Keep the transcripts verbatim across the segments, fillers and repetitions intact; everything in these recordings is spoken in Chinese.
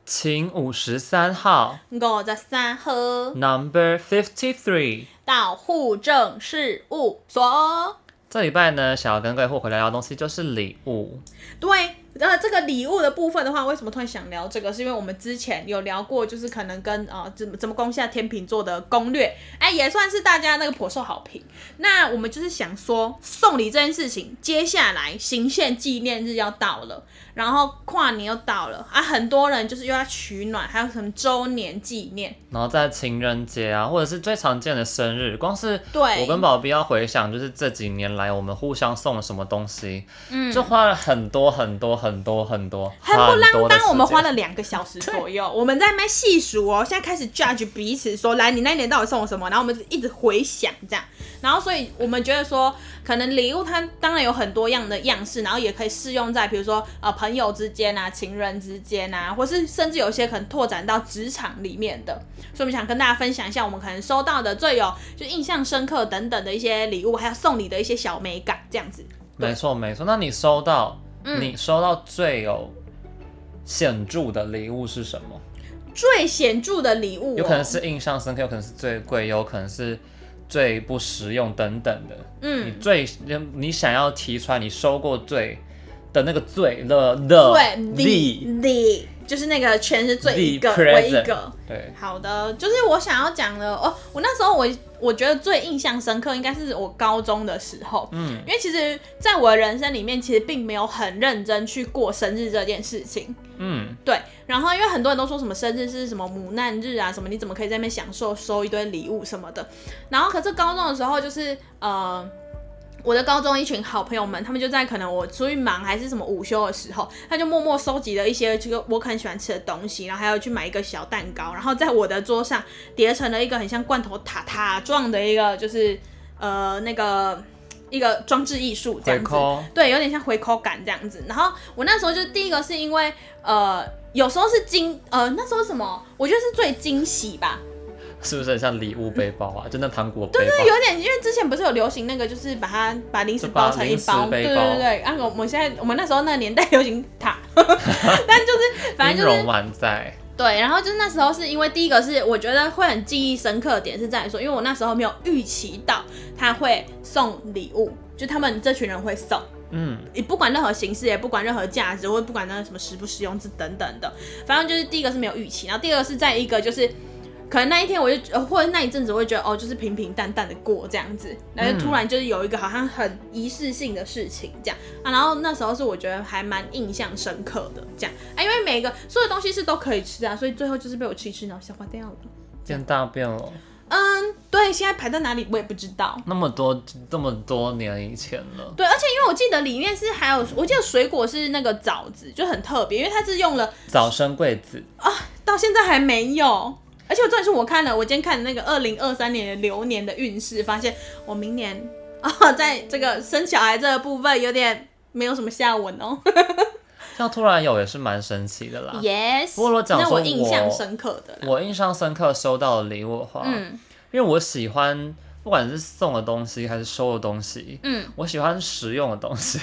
请五十三号五十三号 Number fifty three 到户政事务所。 这礼拜呢，想要跟各位户口聊聊的东西就是礼物。 对，呃，这个礼物的部分的话，为什么突然想聊这个？是因为我们之前有聊过，就是可能跟呃怎么怎么攻下天秤座的攻略，哎，也算是大家那个颇受好评。那我们就是想说，送礼这件事情，接下来行宪纪念日要到了，然后跨年又到了啊，很多人就是又要取暖，还有什么周年纪念， 然后在情人节啊，或者是最常见的生日，光是对我跟宝贝要回想，就是这几年来我们互相送了什么东西， 嗯， 就花了很多很多很多很多很不浪当， 当，我们花了两个小时左右，我们在那边细数哦，现在开始 judge 彼此说，来，你那一年到底送我什么？然后我们一直回想这样，然后所以我们觉得说，可能礼物它当然有很多样的样式，然后也可以适用在比如说呃朋友之间啊、情人之间啊，或是甚至有些可能拓展到职场里面的，所以我们想跟大家分享一下我们可能收到的最有就印象深刻等等的一些礼物，还有送礼的一些小美感这样子。 没错没错，那你收到、 嗯、 你收到最有显著的礼物是什么？ 最显著的礼物、哦、 有可能是印象深刻，有可能是最贵，有可能是最不实用等等的。嗯，你最你想要提出来你收过最的那个最的的对 the the 就是那个全是最一个唯一个。 对， 好的，就是我想要讲的哦。我那时候我我觉得最印象深刻应该是我高中的时候，嗯，因为其实在我的人生里面，其实并没有很认真去过生日这件事情，嗯，对。然后因为很多人都说什么生日是什么母难日啊，什么你怎么可以在那边享受收一堆礼物什么的。然后可是高中的时候就是呃。我的高中一群好朋友们，他们就在可能我出去忙还是什么午休的时候，他就默默收集了一些这个我很喜欢吃的东西，然后还要去买一个小蛋糕，然后在我的桌上叠成了一个很像罐头塔塔状的一个，就是呃那个一个装置艺术这样子，对，有点像回扣感这样子。然后我那时候就第一个是因为呃有时候是惊呃那时候什么，我觉得是最惊喜吧。 是不是很像礼物背包啊？就那糖果背包。 对对，有点，因为之前不是有流行那个，就是把它把零食包成一包，对对对。然后我们现在我们那时候那个年代流行塔，但就是反正就是。 音容满载。 对，然后就是那时候是因为第一个是我觉得会很记忆深刻的点是在于说，因为我那时候没有预期到他会送礼物，就他们这群人会送。嗯，你不管任何形式，也不管任何价值，或不管那什么实不实用，这等等的，反正就是第一个是没有预期，然后第二个是在一个就是。可能那一天我就，或者那一阵子我会觉得哦，就是平平淡淡的过这样子，然后突然就是有一个好像很仪式性的事情这样啊，然后那时候是我觉得还蛮印象深刻的这样啊，因为每个所有东西是都可以吃啊，所以最后就是被我吃一吃，然后消化掉了， 变大便了。 嗯，对，现在排在哪里我也不知道， 那么多这么多年以前了。 对，而且因为我记得里面是还有，我记得水果是那个枣子，就很特别，因为它是用了早生贵子啊，到现在还没有。而且重点是我看了，我今天看的那个二零二三年的流年的运势，发现我明年啊，在这个生小孩这个部分有点没有什么下文哦。 像突然有也是蛮神奇的啦。 Yes。 不过我讲说我， 那我印象深刻的啦， 我印象深刻收到的礼物的话，嗯，因为我喜欢不管是送的东西还是收的东西，嗯，我喜欢实用的东西。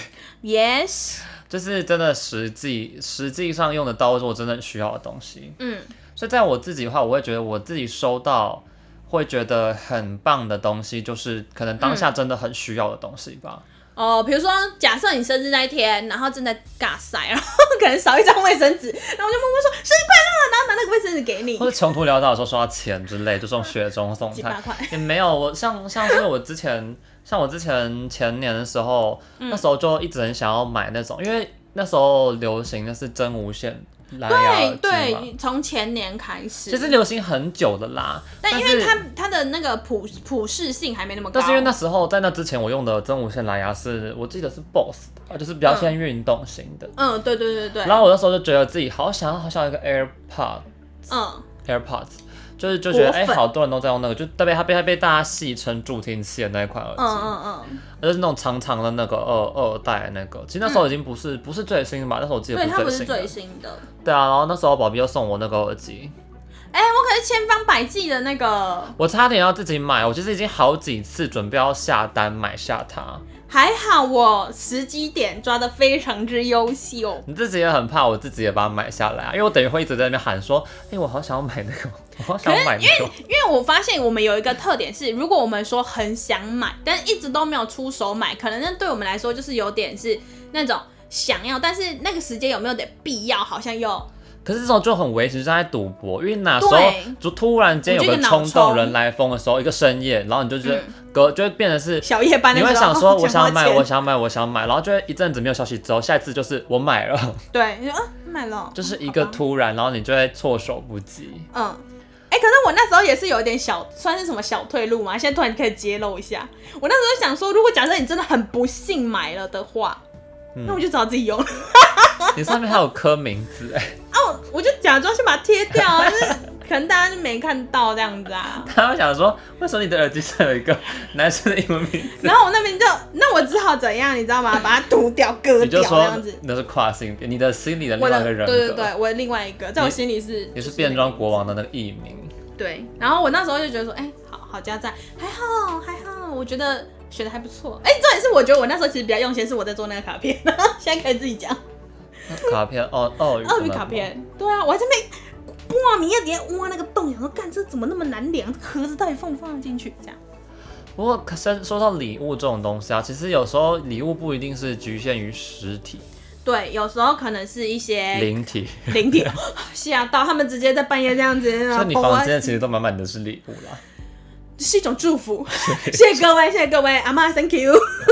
Yes。 就是真的实际实际上用得到，是我真的需要的东西。嗯。所以在我自己的话，我会觉得我自己收到会觉得很棒的东西，就是可能当下真的很需要的东西吧。 嗯、哦，比如说，假设你生日那一天，然后正在尬塞，然后可能少一张卫生纸，然后我就默默说生日快乐，然后拿那个卫生纸给你。 或者穷途潦倒的时候收到钱之类，就送雪中送菜，几百块也没有。我像像是我之前，像我之前前年的时候，嗯、那时候就一直很想要买那种，因为那时候流行的是真无线。 对对，从前年开始， 其实流行很久的啦。 但因为它它的那个普普适性还没那么高。 但是因为那时候在那之前，我用的真无线蓝牙是我记得是 B O S S 的，就是比较偏运动型的。 嗯，对对对对。 然后我那时候就觉得自己好想要，好想要一个 AirPods。嗯 ，AirPods。就是就觉得哎、欸，好多人都在用那个，就特别它被它被大家戏称助听器的那一款耳机，嗯嗯嗯，就是那种长长的那个二二代的那个，其实那时候已经不是、嗯、不是最新的吧？那时候我记得不是最新的， 对，它不是最新的。 对啊，然后那时候宝贝又送我那个耳机， 哎、欸，我可是千方百计的那个， 我差点要自己买，我其实已经好几次准备要下单买下它。 还好我时机点抓得非常之优秀。 你自己也很怕我自己也把它买下来啊，因为我等于会一直在那边喊说，哎、欸，我好想要买那个，我好想要买那个。 因为因为我发现我们有一个特点是，如果我们说很想买，但一直都没有出手买，可能那对我们来说就是有点是那种想要，但是那个时间有没有点必要，好像又。 可是这种就很维持在赌博，因为哪时候就突然间有个冲动人来疯的时候，一个深夜，然后你就觉得隔、嗯、就会变成是小夜班的时候， 你会想说我想要买，我想要买，我想要买，然后就会一阵子没有消息之后，下一次就是我买了， 对，你说啊买了， 就是一个突然，然后你就会措手不及。 嗯，哎、欸，可是我那时候也是有一点小，算是什么小退路嘛？现在突然可以揭露一下，我那时候想说，如果假设你真的很不幸买了的话。嗯、那我就找自己用。 你上面还有刻名字哎、欸。 哦，我就假装先把它贴掉啊，就是可能大家就没看到这样子啊。 他会想说，为什么你的耳机上有一个男生的英文名字？ 然后我那边就，那我只好怎样，你知道吗？把它涂掉、割掉这样子。 那是跨性别，你的心里的另外一个人格。 对对对，我的另外一个，在我心里是。 也是变装国王的那个艺名。 对，然后我那时候就觉得说，哎、欸，好好加赞，还好还好，我觉得。选的还不错，哎、欸，重点是我觉得我那时候其实比较用心，是我在做那个卡片，现在可以自己讲。 卡片哦，鳄鱼， 鳄鱼卡片，对啊，我还在那哇，你要直接挖那个洞，想说干这怎么那么难量？这个盒子到底放不放得进去？这样。 不过，可是说到礼物这种东西啊，其实有时候礼物不一定是局限于实体。 对，有时候可能是一些灵体， 灵体吓到他们直接在半夜这样子， 所以你房间其实都满满的是礼物啦。 是一种祝福，谢谢各位，谢谢各位，阿妈 ，thank you 。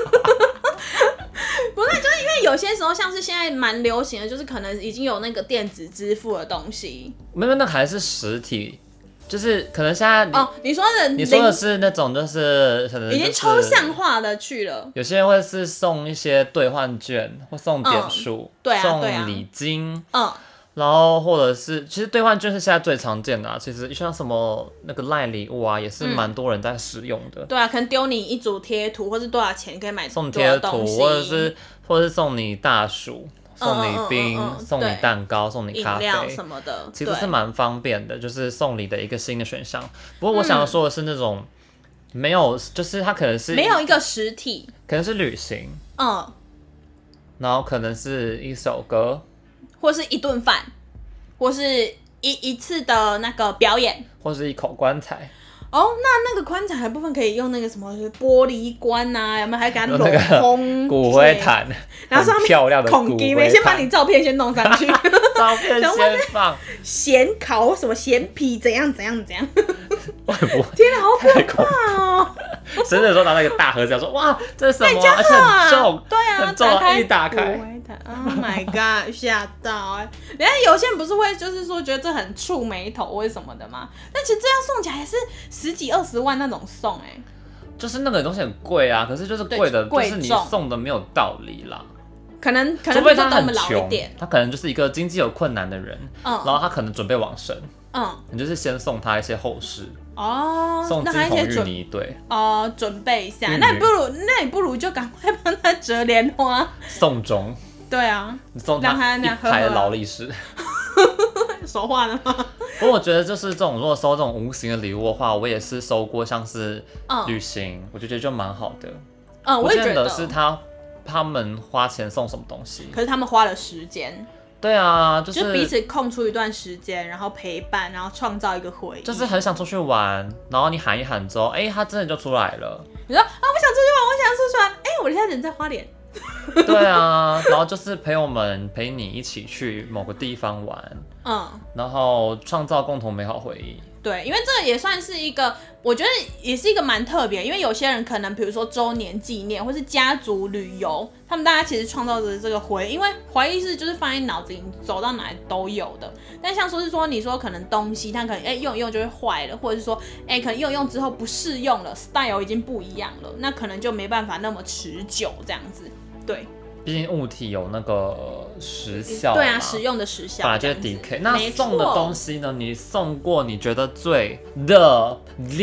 不是，就是因为有些时候，像是现在蛮流行的，就是可能已经有那个电子支付的东西。 没有，那还是实体，就是可能现在哦，你说的， 你说的是那种就是可能、就是、 已经抽象化的去了。 有些人会是送一些兑换券，或送点数， 嗯对啊、 送礼金， 嗯。 然后或者是，其实兑换券是现在最常见的啊。其实像什么那个赖礼物啊，也是蛮多人在使用的。 嗯、对啊，可能丢你一组贴图，或是多少钱可以买送贴图，或者是或者是送你大薯，送你冰，嗯嗯嗯嗯、送你蛋糕，送你咖啡什么的， 其实是蛮方便的，就是送礼的一个新的选项。不过我想说的是那种、嗯、没有，就是它可能是没有一个实体， 可能是旅行， 嗯， 然后可能是一首歌。 或是一顿饭，或是一一次的那个表演， 或是一口棺材。 哦，那那个棺材的部分可以用那个什么玻璃棺啊，有没有？还给它镂空骨灰坛， 然后上面漂亮的骨灰坛， 先把你照片先弄上去， 照片先放， 咸烤什么咸皮怎样怎样怎样。 天哪，好可怕哦！ 生日的时候拿那个大盒子，说哇，这是什么、啊？而且很重， 对啊， 很重，一打开 ，Oh my god， 吓到哎、欸！人家有些人不是会就是说觉得这很触眉头或者什么的吗？但其实这样送起来也是十几二十万那种送哎、欸， 就是那个东西很贵啊，可是就是贵的，就是你送的没有道理啦。 可能可能比较懂老一点， 他可能就是一个经济有困难的人，嗯，然后他可能准备往生，嗯，你就是先送他一些后事。哦，送金童玉女，对哦，准备一下，那你不如那你不如就赶快帮他折莲花送终， 对啊， 你送他一排劳力士， 手画的吗？ 不过我觉得就是这种，如果收这种无形的礼物的话，我也是收过，像是旅行，嗯、我就觉得就蛮好的。 嗯，我也觉得是他他们花钱送什么东西， 可是他们花了时间。 对啊，就是就彼此空出一段时间，然后陪伴，然后创造一个回忆。 就是很想出去玩，然后你喊一喊之后，哎、欸，他真的就出来了。 你说啊，我想出去玩，我想出去玩，哎、欸，我现在人在花莲。 对啊，然后就是朋友们陪你一起去某个地方玩，嗯，然后创造共同美好回忆。 对，因为这个也算是一个，我觉得也是一个蛮特别，因为有些人可能比如说周年纪念或是家族旅游，他们大家其实创造的这个回忆，因为回忆是就是放在脑子里，走到哪里都有的。但像说是说，你说可能东西它可能哎、欸、用一用就会坏了，或者是说哎、欸、可能用一用之后不适用了 ，style 已经不一样了，那可能就没办法那么持久这样子。对。 毕竟物体有那个时效， 对啊，使用的时效本来就是 decay。那送的东西呢？你送过你觉得最 the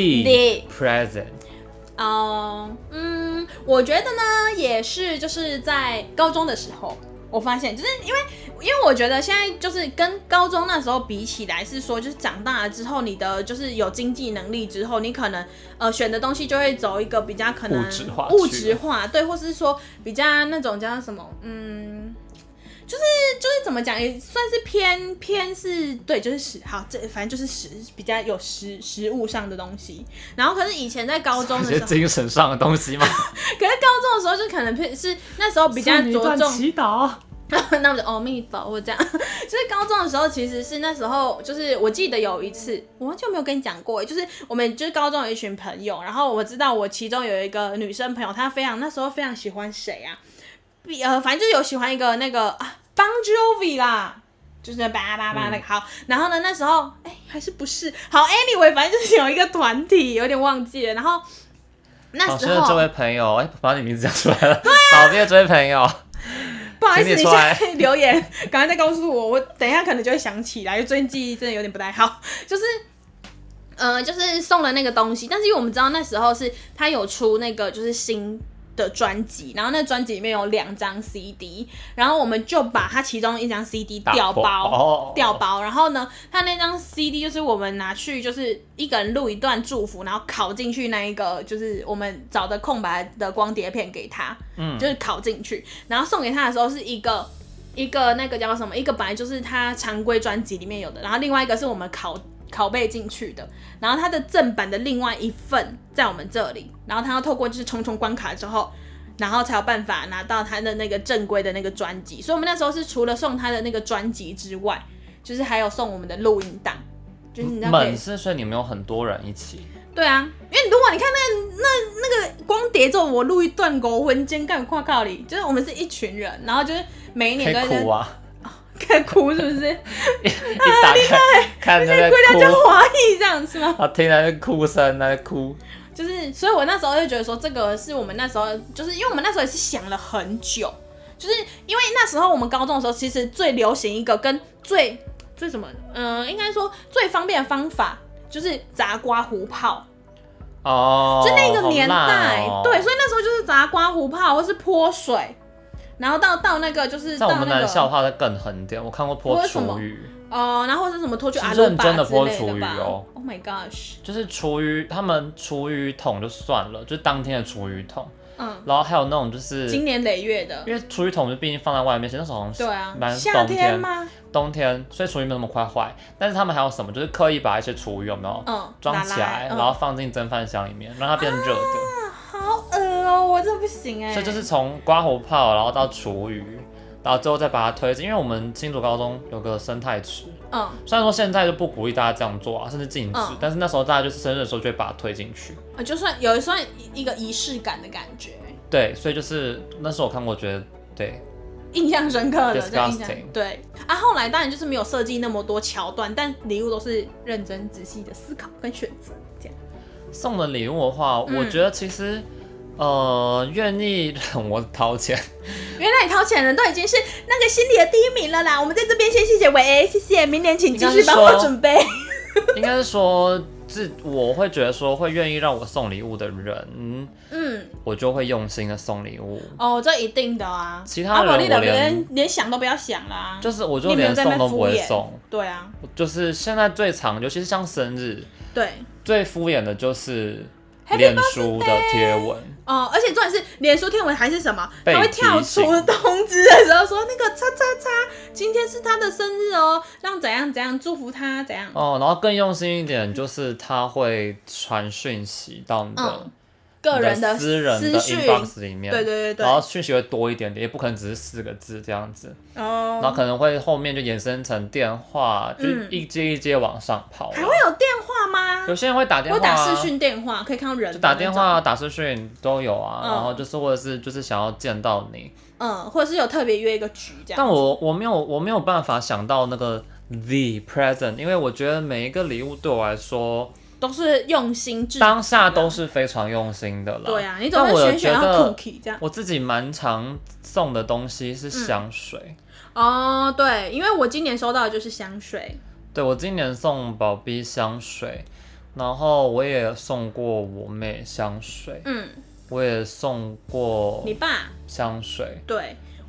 the present？ 哦、uh, 嗯，我觉得呢，也是就是在高中的时候，我发现就是因为因为我觉得现在就是跟高中那时候比起来，是说就是长大了之后，你的就是有经济能力之后，你可能呃选的东西就会走一个比较可能物质化， 物质化，对，或是说比较那种叫什么，嗯，就是就是怎么讲，也算是偏偏是对，就是食好，这反正就是食比较有食食物上的东西。然后可是以前在高中的时候， 精神上的东西吗？ 可是高中的时候就可能是那时候比较着重祈祷。 那我就阿弥陀佛这样，就是高中的时候，其实是那时候，就是我记得有一次，我忘记有没有跟你讲过，就是我们就是高中有一群朋友，然后我知道我其中有一个女生朋友，她非常那时候非常喜欢谁啊？呃，反正就是有喜欢一个那个啊 Bon Jovi 啦，就是叭叭叭那个好，然后呢那时候哎、欸、还是不是好 ，anyway 反正就是有一个团体，有点忘记了，然后那时候、 哦、这位朋友，哎、欸，把你名字讲出来了，对啊，讨厌这位朋友。 不好意思，你现在留言，赶快再告诉我，我等一下可能就会想起来，因为最近记忆真的有点不太好。就是，呃，就是送了那个东西，但是因为我们知道那时候是他有出那个就是新的专辑，然后那专辑里面有两张 C D， 然后我们就把他其中一张 C D 调包，调包，然后呢，他那张 C D 就是我们拿去就是一个人录一段祝福，然后拷进去那一个就是我们找的空白的光碟片给他，嗯，就是拷进去，然后送给他的时候是一个一个那个叫什么，一个本来就是他常规专辑里面有的，然后另外一个是我们拷。拷贝进去的，然后它的正版的另外一份在我们这里，然后他要透过就是重重关卡之后，然后才有办法拿到他的那个正规的那个专辑。所以我们那时候是除了送他的那个专辑之外，就是还有送我们的录音档，就是你知道门是，所以你们有很多人一起。 对啊，因为如果你看那那那个光碟之后，我录一段狗魂尖干跨靠里，就是我们是一群人，然后就是每一年都在哭啊。 在哭是不是？ 一打开看就在哭， 那叫华裔这样是吗？ 我听到那哭声，在哭。 就是，所以我那时候就觉得说，这个是我们那时候，就是因为我们那时候也是想了很久，就是因为那时候我们高中的时候，其实最流行一个跟最最什么，嗯、呃，应该说最方便的方法就是炸刮胡泡。 哦， 就那个年代， 哦、 对，所以那时候就是炸刮胡泡或是泼水。然后到到那个就是到、那个， 在我们南校话再更狠点，我看过泼厨余哦、呃，然后或是什么拖去阿鲁巴之类的吧， 认真的泼厨余哦 ，Oh my gosh， 就是厨余，他们厨余桶就算了，就是当天的厨余桶， 嗯， 然后还有那种就是经年累月的， 因为厨余桶就毕竟放在外面，那时候好像是对啊， 蛮夏天吗？ 冬天，所以厨余没有那么快坏，但是他们还有什么，就是刻意把一些厨余有没有，嗯，装起来，嗯、然后放进蒸饭箱里面，让它变热的。 啊，好恶哦，我这不行哎。 所以就是从刮胡泡，然后到厨余。然后之后再把它推进，因为我们新竹高中有个生态池，嗯，虽然说现在就不鼓励大家这样做啊，甚至禁止，嗯、但是那时候大家就是生日的时候就会把它推进去， 啊，就算有一算一个仪式感的感觉。 对，所以就是那时候我看过，觉得对， 印象深刻的，印象 ，disgusting， 对啊。后来当然就是没有设计那么多桥段，但礼物都是认真仔细的思考跟选择这样。 送的礼物的话，嗯、我觉得其实。呃，愿意让我掏钱， 原来你掏钱的人都已经是那个心里的第一名了啦。我们在这边先谢谢伟 A， 谢谢，明年请继续帮我准备。 应该是说，是我会觉得说，会愿意让我送礼物的人，嗯，我就会用心的送礼物。 哦，这一定的啊。 其他人我连、啊、 连, 连想都不要想啦。 就是我就连送都不会送。 对啊。 就是现在最常，尤其是像生日， 对，最敷衍的就是脸书的贴文。 哦，而且重点是脸书贴文还是什么？他会跳出通知的时候说那个叉叉叉，今天是他的生日哦，让怎样怎样祝福他怎样。 哦，然后更用心一点，就是他会传讯息到你的、嗯、 个人的私人的 inbox 里面， 对对对对， 然后讯息会多一点点，也不可能只是四个字这样子。哦，然后可能会后面就延伸成电话，就一阶一阶往上跑、啊嗯。还会有电话吗？ 有些人会打电话、啊， 会打视讯电话，可以看到人。 就打电话、打视讯都有啊，嗯、然后就是或者是就是想要见到你， 嗯，或者是有特别约一个局这样。 但我我没有我没有办法想到那个 the present， 因为我觉得每一个礼物对我来说都是用心制， 当下都是非常用心的啦。 对啊，你总会选选要 cookie 这样。 我自己蛮常送的东西是香水。 嗯、哦，对，因为我今年收到的就是香水。 对，我今年送宝碧香水。然后我也送过我妹香水，嗯，我也送过你爸香水， 对，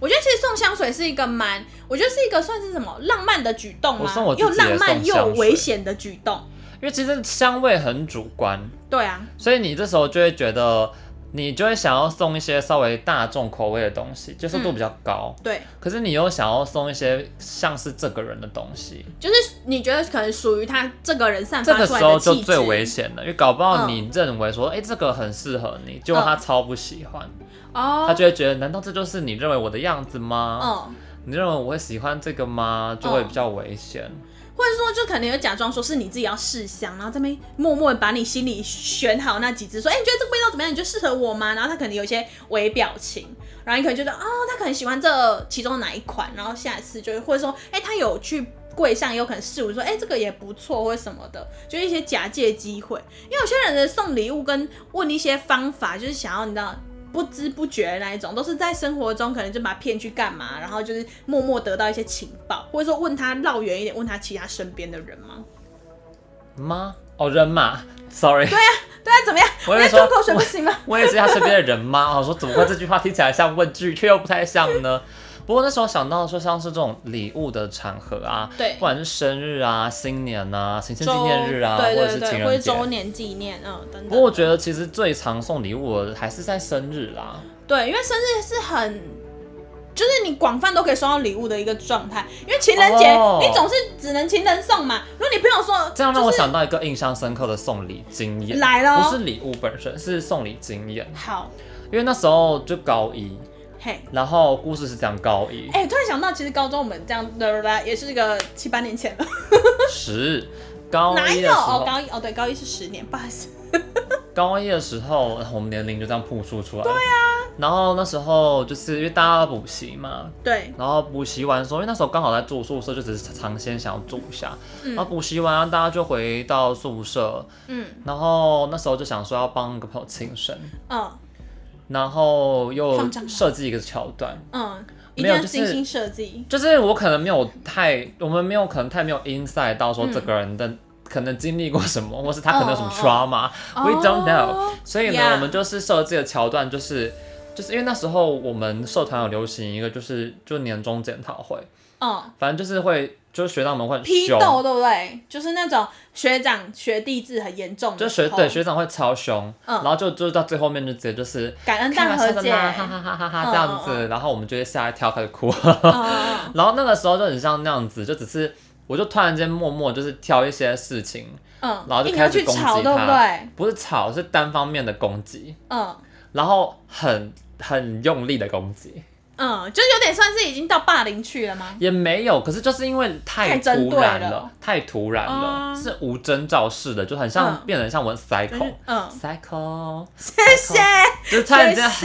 我觉得其实送香水是一个蛮，我觉得是一个算是什么浪漫的举动吗？ 又浪漫又危险的举动。 因为其实香味很主观。 对啊。 所以你这时候就会觉得。你就会想要送一些稍微大众口味的东西，接受度比较高、 嗯。对。 可是你又想要送一些像是这个人的东西， 就是你觉得可能属于他这个人散发出来的气质。 这个时候就最危险了，因为搞不好你认为说，哎、嗯欸，这个很适合你，结果他超不喜欢。哦、嗯。他就会觉得，难道这就是你认为我的样子吗？嗯。你认为我会喜欢这个吗？就会比较危险。嗯， 或者说，就可能有假装说是你自己要试香，然后这边默默把你心里选好那几支，说，哎、欸，你觉得这个味道怎么样？你觉得适合我吗？然后他可能有一些微表情，然后你可能觉得，哦，他可能喜欢这其中的哪一款，然后下一次就会，或者说，哎、欸，他有去柜上有可能试我说，哎、欸，这个也不错，或者什么的，就一些假借机会。因为有些人的送礼物跟问一些方法，就是想要你知道。不知不觉的那一种，都是在生活中可能就把他骗去干嘛，然后就是默默得到一些情报，或者说问他绕远一点，问他其他身边的人吗？ 吗？哦，人嘛 ，sorry。 对啊，对啊，怎么样？ 我也说吐口水不行吗？ 我也是他身边的人吗？我说怎么会这句话听起来像问句，却又不太像呢？不过那时候想到说，像是这种礼物的场合啊， 对， 不管是生日啊、新年啊、行宪纪念日啊， 对对对， 或者是情人节， 或者周年纪念，嗯，等等。 不过我觉得其实最常送礼物的还是在生日啦。 对，因为生日是很，就是你广泛都可以收到礼物的一个状态。因为情人节、oh. 你总是只能情人送嘛。如果你朋友说， 这样让我想到一个印象深刻的送礼经验， 来了， 不是礼物本身，是送礼经验。 好， 因为那时候就高一。 Hey. 然后故事是这样，高一， 哎、欸，突然想到，其实高中我们这样的也是一个七八年前了。 十高一的时候，哪有哦？高一哦，对，高一是十年，不好意思。 高一的时候，我们年龄就这样曝出出来。 对啊。 然后那时候就是因为大家要补习嘛， 对。 然后补习完的时候，因为那时候刚好在住宿舍，就只是尝鲜想要住一下。嗯。然后补习完，大家就回到宿舍。嗯。然后那时候就想说要帮一个朋友庆生。嗯。然后又设计一个桥段， 嗯，一定要精心设计。 就是我可能没有太，我们没有可能太没有 insight 到说这个人的可能经历过什么，嗯、或是他可能有什么 trauma，we、oh, don't know。所以呢， yeah. 我们就是设计的桥段就是，就是因为那时候我们社团有流行一个就是就年终检讨会，嗯，反正就是会。就是学长们会很批斗，对不对？就是那种学长学弟制很严重的， 就学对学长会超凶，嗯，然后就就到最后面就直接就是感恩大和解， 哈哈哈哈哈这样子，嗯嗯嗯，然后我们就会吓一跳开始哭，嗯、然后那个时候就很像那样子，就只是我就突然间默默就是挑一些事情，嗯，然后就开始攻击他， 对不对？ 不是吵，是单方面的攻击，嗯，然后很很用力的攻击。 嗯，就有点算是已经到霸凌去了吗？ 也没有，可是就是因为太突然了，太突然了，嗯、是无征兆式的，就很像、嗯、变得像我 cycle， 嗯 cycle， 谢谢， 就是突然间很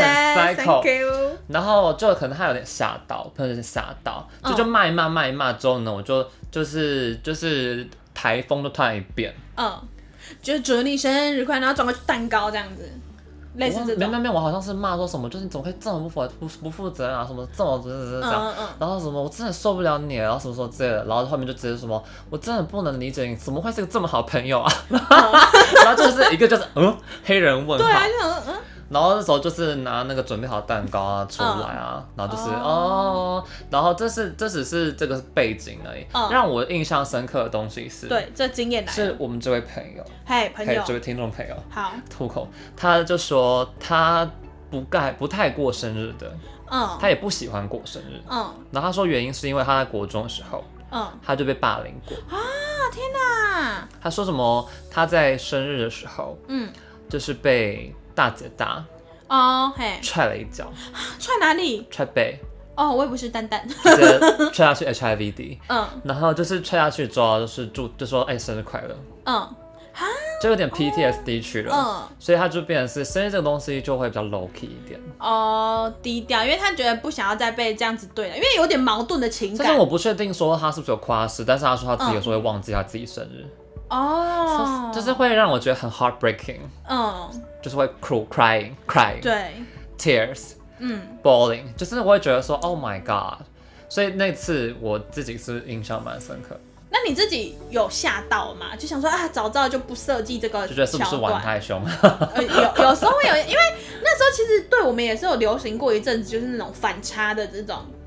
cycle， 然后就可能他有点吓到，可能有点吓到，就就骂一骂骂一骂之后呢，我就就是就是台风就突然一变，嗯， 就是祝你生日快乐，然后转过去蛋糕这样子。类似这种， 没没没，我好像是骂说什么，就是你怎么可以这么不负不不负责任啊，什么这么这这这样，嗯嗯、然后什么我真的受不了你，然后什么什么之类的，然后后面就直接什么我真的不能理解你怎么会是个这么好朋友啊，嗯、然后就是一个就是嗯黑人问号， 对啊，就嗯。 然后那时候就是拿那个准备好蛋糕啊出来啊，嗯、然后就是哦，然后这是这只是这个背景而已，嗯、让我印象深刻的东西是， 对，这经验来是我们这位朋友， 嘿，朋友， 这位听众朋友， 好， 吐口，他就说他不太不太过生日的，嗯，他也不喜欢过生日，嗯，然后他说原因是因为他在国中的时候，嗯，他就被霸凌过啊，天哪！ 他说什么？他在生日的时候，嗯，就是被大姐大哦，嘿， 踹了一脚， 踹哪里？ 踹背。 哦，我也不是蛋蛋， 直接踹下去 H I V D， 嗯，然后就是踹下去之后就是祝就说哎、欸、生日快乐，嗯，就有点 P T S D 去了，嗯，所以他就变成是生日这个东西就会比较 low key 一点， 哦，低调，因为他觉得不想要再被这样子对了，因为有点矛盾的情感。 但是我不确定说他是不是有夸饰，但是他说他自己有时候会忘记他自己生日。哦，就是会让我觉得很 heartbreaking， 嗯，就是会哭 crying crying， 对 ，tears， 嗯 ，bawling， 就是我会觉得说 oh my god， 所以那次我自己是印象蛮深刻。 那你自己有吓到吗？就想说啊，早知道就不设计这个， 就觉得是不是玩太凶？ 呃，有有时候会有，因为那时候其实对我们也是有流行过一阵子，就是那种反差的这种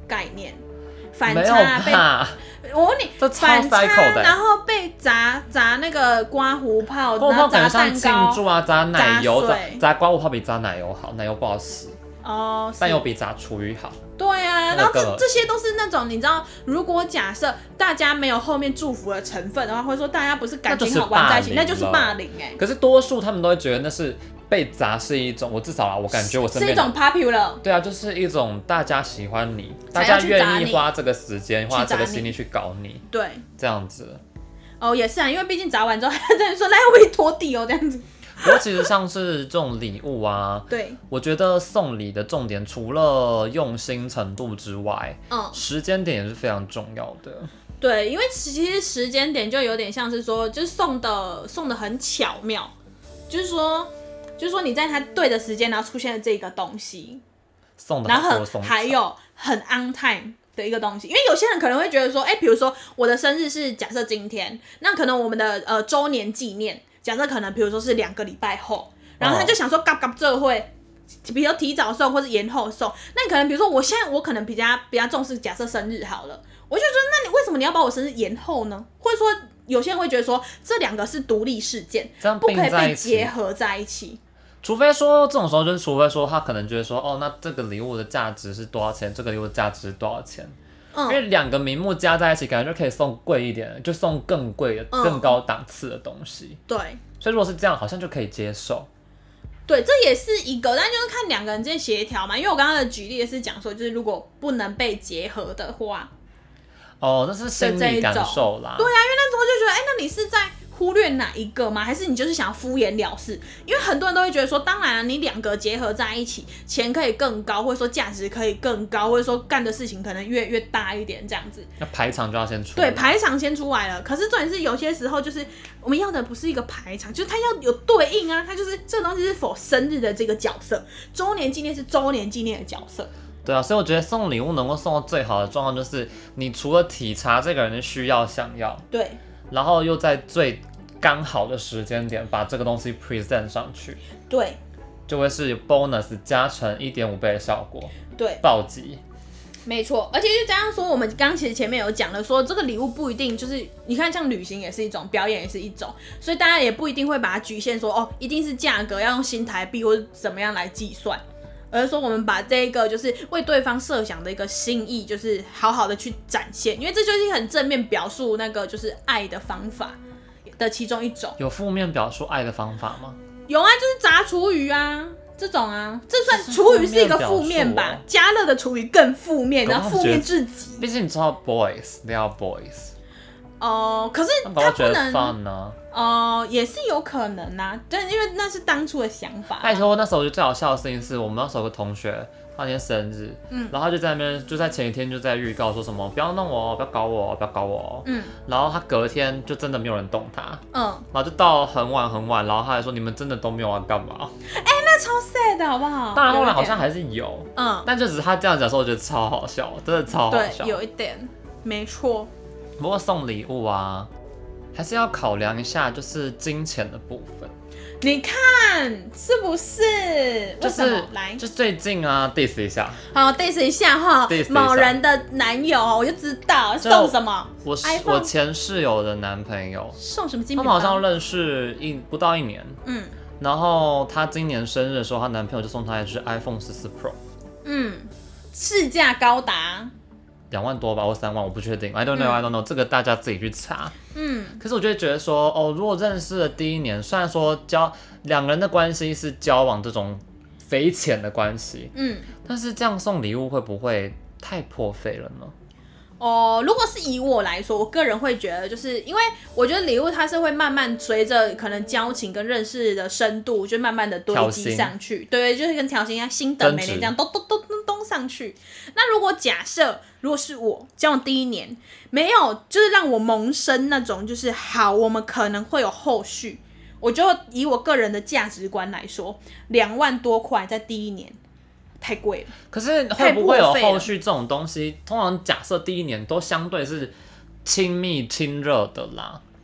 概念，反差被我问你，反差，然后被砸砸那个刮胡泡， 刮胡泡然后砸蛋糕， 庆祝啊，砸奶油，砸砸刮胡泡比砸奶油好，奶油不好洗。 哦， 但又比炸厨余好。 对啊，然后这这些都是那种你知道，如果假设大家没有后面祝福的成分的话，或者说大家不是感情好玩在一起，那就是霸凌哎、欸。 可是多数他们都会觉得那是被砸是一种，我至少啦，我感觉我身边是一种 popular。 对啊，就是一种大家喜欢你，大家愿意花这个时间、花这个心力去搞你。 对， 这样子。 哦，也是啊，因为毕竟砸完之后，他在说来我给你拖地哦，这样子。 不过其实像是这种礼物啊， 对， 我觉得送礼的重点除了用心程度之外，嗯，时间点也是非常重要的。 对，因为其实时间点就有点像是说，就是送的送的很巧妙，就是说，就是说你在他对的时间，然后出现了这个东西， 送的然后很还有很 on time 的一个东西，因为有些人可能会觉得说，哎、欸，比如说我的生日是假设今天，那可能我们的呃周年纪念。假设可能，比如说是两个礼拜后，然后他就想说，嘎嘎这会，比如说提早送或是延后送。那可能比如说，我现在我可能比较比较重视，假设生日好了，我就觉得，那你为什么你要把我生日延后呢？或者说，有些人会觉得说，这两个是独立事件，不可以被结合在一起。 除非说这种时候，就是除非说他可能觉得说，哦，那这个礼物的价值是多少钱？这个礼物的价值是多少钱？嗯、因为两个名目加在一起，感觉就可以送贵一点，就送更贵的、嗯、更高档次的东西。 对， 所以如果是这样，好像就可以接受。 对，这也是一个，但就是看两个人之间协调嘛。因为我刚刚的举例是讲说，就是如果不能被结合的话， 哦，那是心理感受啦。 对啊，因为那时候就觉得，哎、欸，那你是在忽略哪一个吗？还是你就是想要敷衍了事？因为很多人都会觉得说，当然、啊、你两个结合在一起，钱可以更高，或者说价值可以更高，或者说干的事情可能越越大一点，这样子。 那排场就要先出来。 对，排场先出来了。可是重点是有些时候就是我们要的不是一个排场，就是它要有对应啊，它就是这个东西是否生日的这个角色，周年纪念是周年纪念的角色。 对啊，所以我觉得送礼物能够送到最好的状况，就是你除了体察这个人的需要、想要， 对， 然后又在最刚好的时间点把这个东西 present 上去， 对， 就会是 bonus 加成 一点五 倍的效果， 对， 暴击。 没错，而且就这样说，我们刚其实前面有讲了说，这个礼物不一定就是你看，像旅行也是一种，表演也是一种，所以大家也不一定会把它局限说哦，一定是价格要用新台币或者怎么样来计算。而是说，我们把这个就是为对方设想的一个心意，就是好好的去展现，因为这就是很正面表述那个就是爱的方法的其中一种。 有负面表述爱的方法吗？ 有啊，就是炸厨余啊，这种啊，这算厨余是一个负面吧？加热的厨余更负面，然后负面至极。 毕竟你知道 boys，they are boys。 哦、呃，可是他不能。 fun 呢？ 哦、呃，也是有可能啊，但因为那是当初的想法、啊。 拜托，那时候我觉得最好笑的事情是我们那时候有个同学，他那天生日，嗯，然后他就在那边，就在前一天就在预告说什么不要弄我，不要搞我，不要搞我，嗯，然后他隔天就真的没有人动他，嗯，然后就到很晚很晚，然后他还说你们真的都没有要干嘛？ 哎、欸，那超 sad 的好不好？ 当然后来好像还是有，嗯，但就只是他这样讲的时候，我觉得超好笑，真的超好笑， 对，有一点，没错。 不过送礼物啊。还是要考量一下，就是金钱的部分。 你看是不是？ 就是来，就最近啊 ，diss 一下。 好 ，diss 一下哈。某人的男友，我就知道送什么。 我我前室友的男朋友送什么精品包？ 他们好像认识一不到一年。嗯。然后他今年生日的时候，她男朋友就送她一支 iPhone 十四 Pro。 嗯，市价高达。 两万多吧，或三万，我不确定。I don't know,、嗯、I don't know， 这个大家自己去查。嗯，可是我就会觉得说，哦，如果认识的第一年，虽然说交两个人的关系是交往这种匪浅的关系，嗯，但是这样送礼物会不会太破费了呢？ 哦，如果是以我来说，我个人会觉得，就是因为我觉得礼物它是会慢慢随着可能交情跟认识的深度，就慢慢的堆积上去，对，就是跟条形一样，星等每年这样咚咚咚咚咚上去。那如果假设如果是我交往第一年没有，就是让我萌生那种就是好，我们可能会有后续，我就以我个人的价值观来说，两万多块在第一年。太贵了， 可是会不会有后续这种东西？通常假设第一年都相对是亲密亲热的啦，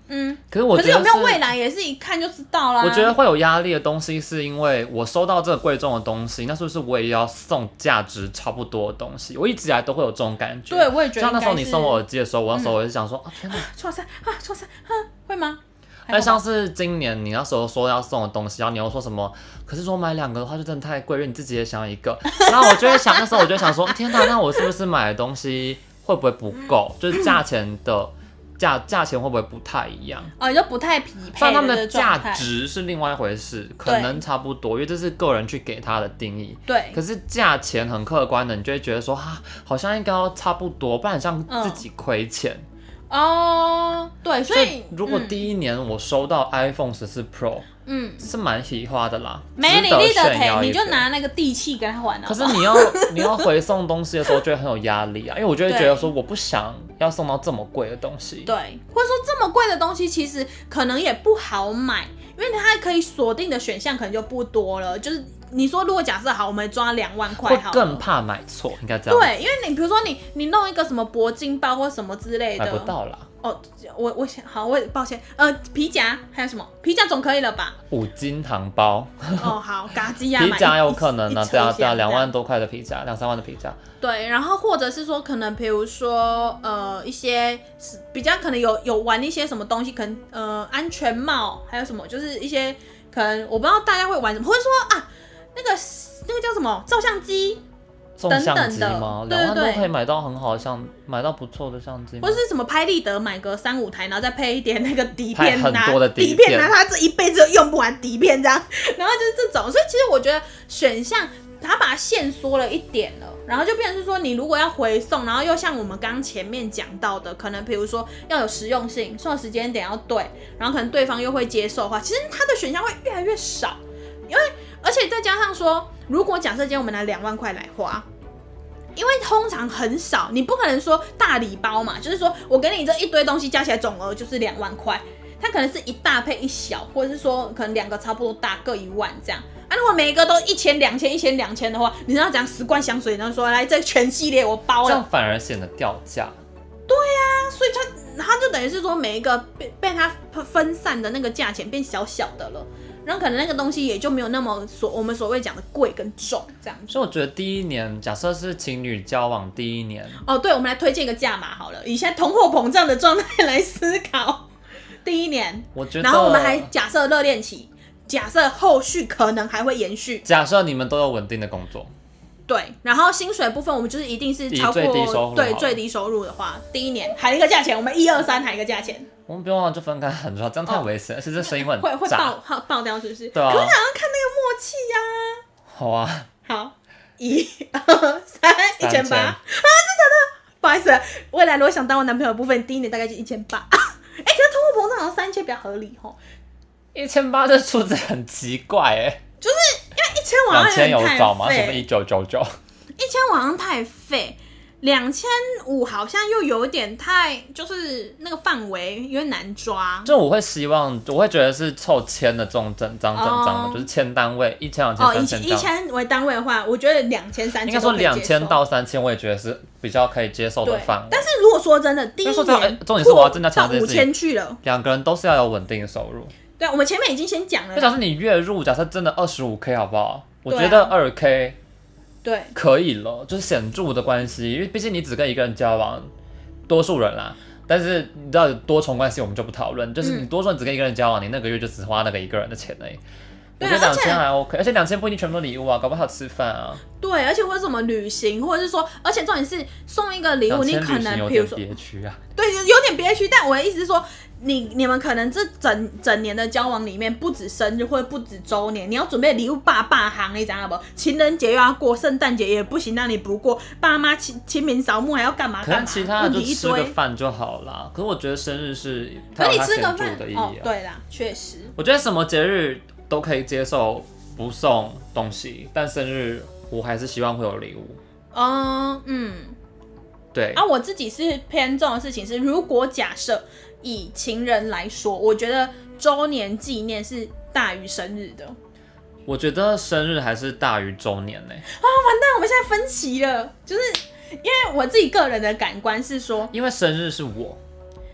嗯， 可是我觉得可是有没有未来也是一看就知道啦。 我觉得会有压力的东西，是因为我收到这个贵重的东西，那是不是我也要送价值差不多的东西？我一直以来都会有这种感觉。 对，我也觉得像那时候你送我耳机的时候，我那时候我也是想说， 嗯、 啊天哪， 错塞啊错塞啊，会吗？ 那像是今年你那时候说要送的东西，然后你又说什么？可是说买两个的话就真的太贵，因为你自己也想要一个。然后我就会想，那时候我就想说，天哪，那我是不是买的东西会不会不够？就是价钱的价价钱会不会不太一样？ 哦，就不太匹配。 像他们的价值是另外一回事，可能差不多，因为这是个人去给他的定义。 对。 可是价钱很客观的，你就会觉得说，哈，好像应该要差不多，不然像自己亏钱。嗯哦，对，所以如果第一年我收到 iPhone 十四 Pro， 嗯，是蛮喜花的啦， 没理力的赔，你就拿那个地契跟他还了。 可是你要你要回送东西的时候，就会很有压力啊，因为我就会觉得说，我不想要送到这么贵的东西， 对，或者说这么贵的东西其实可能也不好买，因为它可以锁定的选项可能就不多了，就是。你说，如果假设好，我们抓两万块，好， 会更怕买错，应该这样。 对，因为你比如说你你弄一个什么铂金包或什么之类的， 买不到啦。 哦，我我想好，我抱歉，呃，皮夹还有什么皮夹总可以了吧？ 五金糖包。 哦，好，嘎叽呀， 皮夹有可能呢，对啊对啊，两万多块的皮夹，两三万的皮夹。 对，然后或者是说，可能比如说呃一些比较可能有有玩一些什么东西，可能呃安全帽，还有什么就是一些可能我不知道大家会玩什么，或者说啊。那个那个叫什么照相机等等的吗？两万多可以买到很好的相，买到不错的相机， 或是什么拍立得买个三五台，然后再配一点那个底片， 很多的底片，拿他这一辈子都用不完底片这样，然后就是这种，所以其实我觉得选项他把它限缩了一点了，然后就变成是说，你如果要回送，然后又像我们刚前面讲到的，可能比如说要有实用性，送的时间点要对，然后可能对方又会接受的话，其实它的选项会越来越少，因为。而且再加上说，如果假设今天我们拿两万块来花，因为通常很少，你不可能说大礼包嘛，就是说我给你这一堆东西加起来总额就是两万块，它可能是一大配一小，或者是说可能两个差不多大各一万这样。啊，如果每一个都一千两千一千两千的话，你知道讲十罐香水，然后说来这全系列我包了， 这样反而显得掉价。 对呀、啊，所以它它就等于是说每一个被被它分散的那个价钱变小小的了。然后可能那个东西也就没有那么所我们所谓讲的贵跟重这样子。 所以我觉得第一年，假设是情侣交往第一年， 哦，对，我们来推荐一个价码好了，以现在通货膨胀的状态来思考。第一年， 我觉得， 然后我们还假设热恋期，假设后续可能还会延续， 假设你们都有稳定的工作。 对，然后薪水部分我们就是一定是超过最低收入， 对最低收入的话，第一年喊一个价钱，我们一二三喊一个价钱。 我们不用就分开很重要，这样太危险，而且这声音会很会会爆爆掉，是不是？ 对啊。 可是想要看那个默契呀、啊。 好啊。 好，一二三，一千八啊！真的，不好意思，未来如果想当我男朋友的部分，第一年大概就一千八。哎，可是通货膨胀好像三千比较合理吼。 一千八这数字很奇怪哎。 就是因为一千我好像有点太废。两千有找吗？ 什么一九九九？ 一千我好像太废。两千五好像又有点太，就是那个范围有点难抓。 就我会希望，我会觉得是凑千的这种整张整张的， oh. 就是千单位，一千、两千、三千。 哦，以千为单位的话，我觉得两千、三千。 应该说两千到三千，我也觉得是比较可以接受的范围。 但是如果说真的，第一年重点是我要真的到五千去了， 两个人都是要有稳定的收入。 对，我们前面已经先讲了。 就假设你月入，假设真的二十五 K 好不好？我觉得二 K。 对， 可以了，就是显著的关系，因为毕竟你只跟一个人交往，多数人啦。但是你知道有多重关系，我们就不讨论。就是你多数人只跟一个人交往，你那个月就只花那个一个人的钱而已。我觉得两千还 OK， 而且两千不一定全部都礼物啊，搞不好吃饭啊。 对，而且或者什么旅行，或者是说，而且重点是送一个礼物，你可能比如说有点憋屈啊。 对，有点憋屈。但我的意思是说，你你们可能这整整年的交往里面，不止生日或者不止周年，你要准备礼物霸霸行，你知道不？情人节又要过，圣诞节也不行，让你不过，爸妈清清明扫墓还要干嘛干嘛？ 可能其他的就吃个饭就好啦。可是我觉得生日是它有它显著的意义啊。 哦，对啦，确实。 我觉得什么节日都可以接受不送东西，但生日我还是希望会有礼物。 嗯嗯， 对。 啊，我自己是偏重的事情是，如果假设以情人来说，我觉得周年纪念是大于生日的。 我觉得生日还是大于周年呢、欸。 啊，完蛋，我们现在分歧了，就是因为我自己个人的感官是说， 因为生日是我。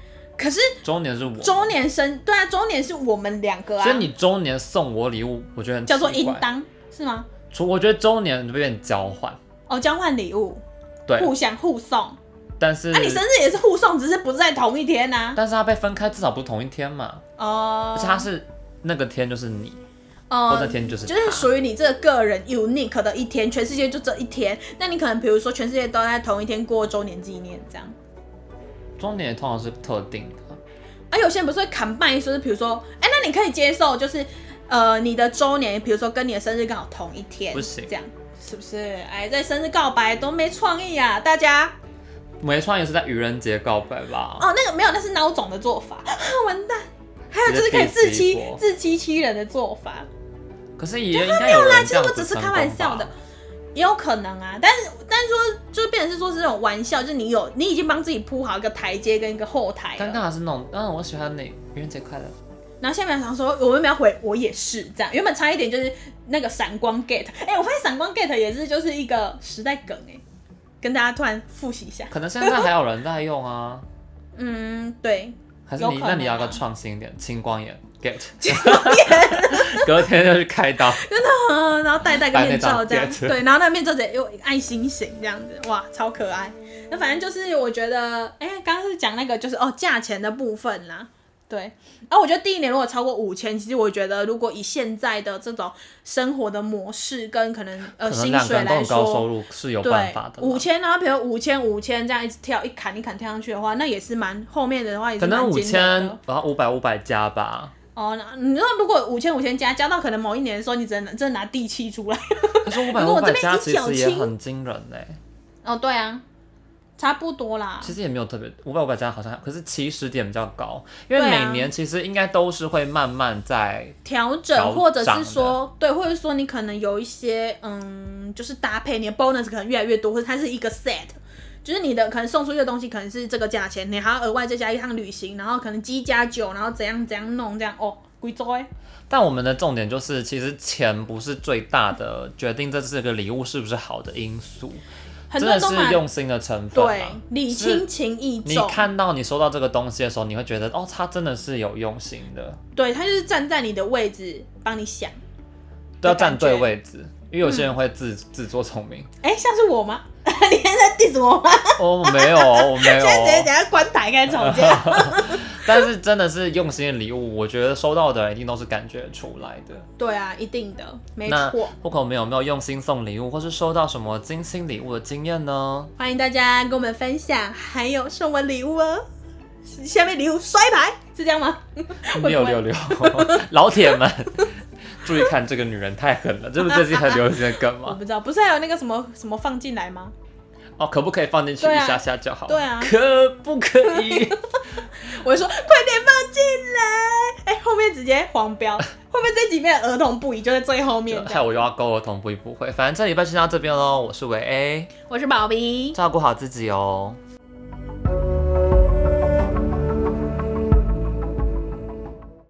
可是周年是我周年生，对啊，周年是我们两个啊。 所以你周年送我礼物，我觉得很奇怪， 叫做应当是吗？ 我觉得周年就变交换哦，交换礼物， 对， 互相互送。 但是啊，你生日也是互送，只是不是在同一天啊。 但是它被分开，至少不是同一天嘛。 哦， 而且它是那个天就是你。 哦、 嗯，那天就是就是属于你这个个人 unique 的一天，全世界就这一天。那你可能比如说全世界都在同一天过周年纪念这样。 周年通常是特定的。 啊，有些人不是会砍半，说是比如说，哎、欸，那你可以接受就是呃你的周年，比如说跟你的生日刚好同一天， 不行， 这样是不是？哎，在生日告白多没创意啊，大家。 没创意是在愚人节告白吧？ 哦，那个没有，那是孬种的做法，完蛋。还有就是可以自欺自欺欺人的做法。 可是也应该有人这样子成功吧？ 其实我只是开玩笑的，也有可能啊。但是但是说，就是变成是说是这种玩笑，就是你有你已经帮自己铺好一个台阶跟一个后台了。 尴尬的是那种，嗯，我喜欢你，愚人节快乐。 然后下面想说，我们要回我也是这样。原本差一点就是那个闪光 get， 哎、欸，我发现闪光 get 也是就是一个时代梗哎、欸，跟大家突然复习一下。 可能现在还有人在用啊。 嗯，对。 还是你、啊、那你要个创新一点，青光眼 get， 青光眼， 隔天就去开刀， 真的，然后戴戴个面罩这样，对，然后那个面罩有爱心形这样子，哇，超可爱。那反正就是我觉得，哎、欸，刚刚是讲那个就是哦价钱的部分啦，对。然后我觉得第一年如果超过五千，其实我觉得如果以现在的这种生活的模式跟可能呃可能薪水来说， 高收入是有办法的。 五千，然后比如五千五千这样一直跳一砍一砍跳上去的话，那也是蛮后面的话也是蛮惊人的。可能五千， 然后五百五百加吧。 哦，你说如果五千五千加加到可能某一年的时候，你只能真的拿地气出来。 可是五百五百加其实也很惊人嘞、欸。 哦，对啊。差不多啦， 其实也没有特别五百五百加好像，可是起始点比较高，因为每年其实应该都是会慢慢在调整，或者是说对，或者说你可能有一些嗯，就是搭配你的 bonus 可能越来越多，或者它是一个 set， 就是你的可能送出去的东西可能是这个价钱，你还要额外再加一趟旅行，然后可能机加酒，然后怎样怎样弄这样哦，贵州哎。 但我们的重点就是，其实钱不是最大的决定这这个礼物是不是好的因素。真的是用心的成分、啊， 对，礼轻情意重。 你看到你收到这个东西的时候，你会觉得哦，他真的是有用心的。 对，他就是站在你的位置帮你想， 都要站对位置，因为有些人会自、嗯、自作聪明。 哎、欸，像是我吗？你现在在 diss 我吗？ 哦，没有，我没有。 现在直接等下关台开始吵架。 但是真的是用心的礼物，我觉得收到的人一定都是感觉出来的。 对啊，一定的，没错。 户口们有没有用心送礼物，或是收到什么精心礼物的经验呢？ 欢迎大家跟我们分享，还有送我礼物哦。下面礼物摔牌是这样吗？ 六六六，老铁们。注意看，这个女人太狠了，这不是最近很流行的梗吗？ 我不知道，不是还有那个什么什么放进来吗？ 哦，可不可以放进去一下下就好？ 对啊， 可不可以？ 我就说快点放进来！哎、欸，后面直接黄标，会不会这几面儿童不宜就在最后面？ 害我又要勾儿童不宜不会，反正这礼拜先到这边喽。我是维 A， 我是宝 B， 照顾好自己哦。